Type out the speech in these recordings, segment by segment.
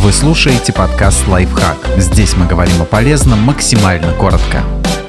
Вы слушаете подкаст «Лайфхак». Здесь мы говорим о полезном максимально коротко.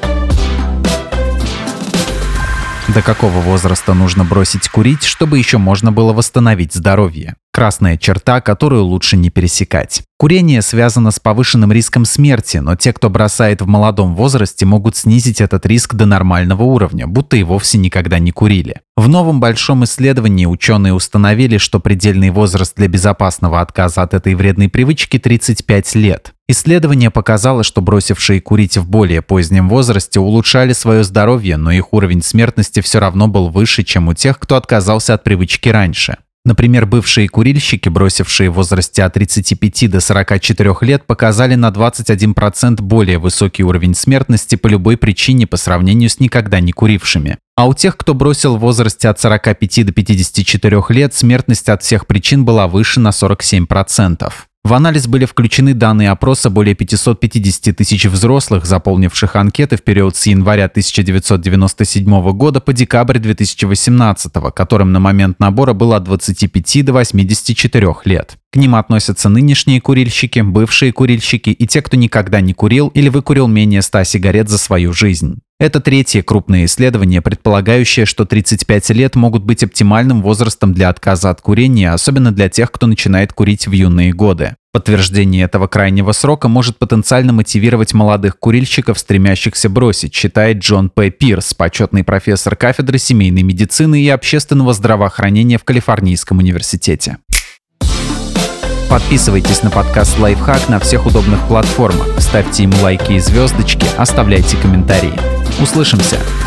До какого возраста нужно бросить курить, чтобы еще можно было восстановить здоровье? Красная черта, которую лучше не пересекать. Курение связано с повышенным риском смерти, но те, кто бросает в молодом возрасте, могут снизить этот риск до нормального уровня, будто и вовсе никогда не курили. В новом большом исследовании ученые установили, что предельный возраст для безопасного отказа от этой вредной привычки – 35 лет. Исследование показало, что бросившие курить в более позднем возрасте улучшали свое здоровье, но их уровень смертности все равно был выше, чем у тех, кто отказался от привычки раньше. Например, бывшие курильщики, бросившие в возрасте от 35 до 44 лет, показали на 21% более высокий уровень смертности по любой причине по сравнению с никогда не курившими. А у тех, кто бросил в возрасте от 45 до 54 лет, смертность от всех причин была выше на 47%. В анализ были включены данные опроса более 550 тысяч взрослых, заполнивших анкеты в период с января 1997 года по декабрь 2018, которым на момент набора было от 25 до 84 лет. К ним относятся нынешние курильщики, бывшие курильщики и те, кто никогда не курил или выкурил менее 100 сигарет за свою жизнь. Это третье крупное исследование, предполагающее, что 35 лет могут быть оптимальным возрастом для отказа от курения, особенно для тех, кто начинает курить в юные годы. Подтверждение этого крайнего срока может потенциально мотивировать молодых курильщиков, стремящихся бросить, считает Джон П. Пирс, почетный профессор кафедры семейной медицины и общественного здравоохранения в Калифорнийском университете. Подписывайтесь на подкаст «Лайфхак» на всех удобных платформах, ставьте ему лайки и звездочки, оставляйте комментарии. Услышимся!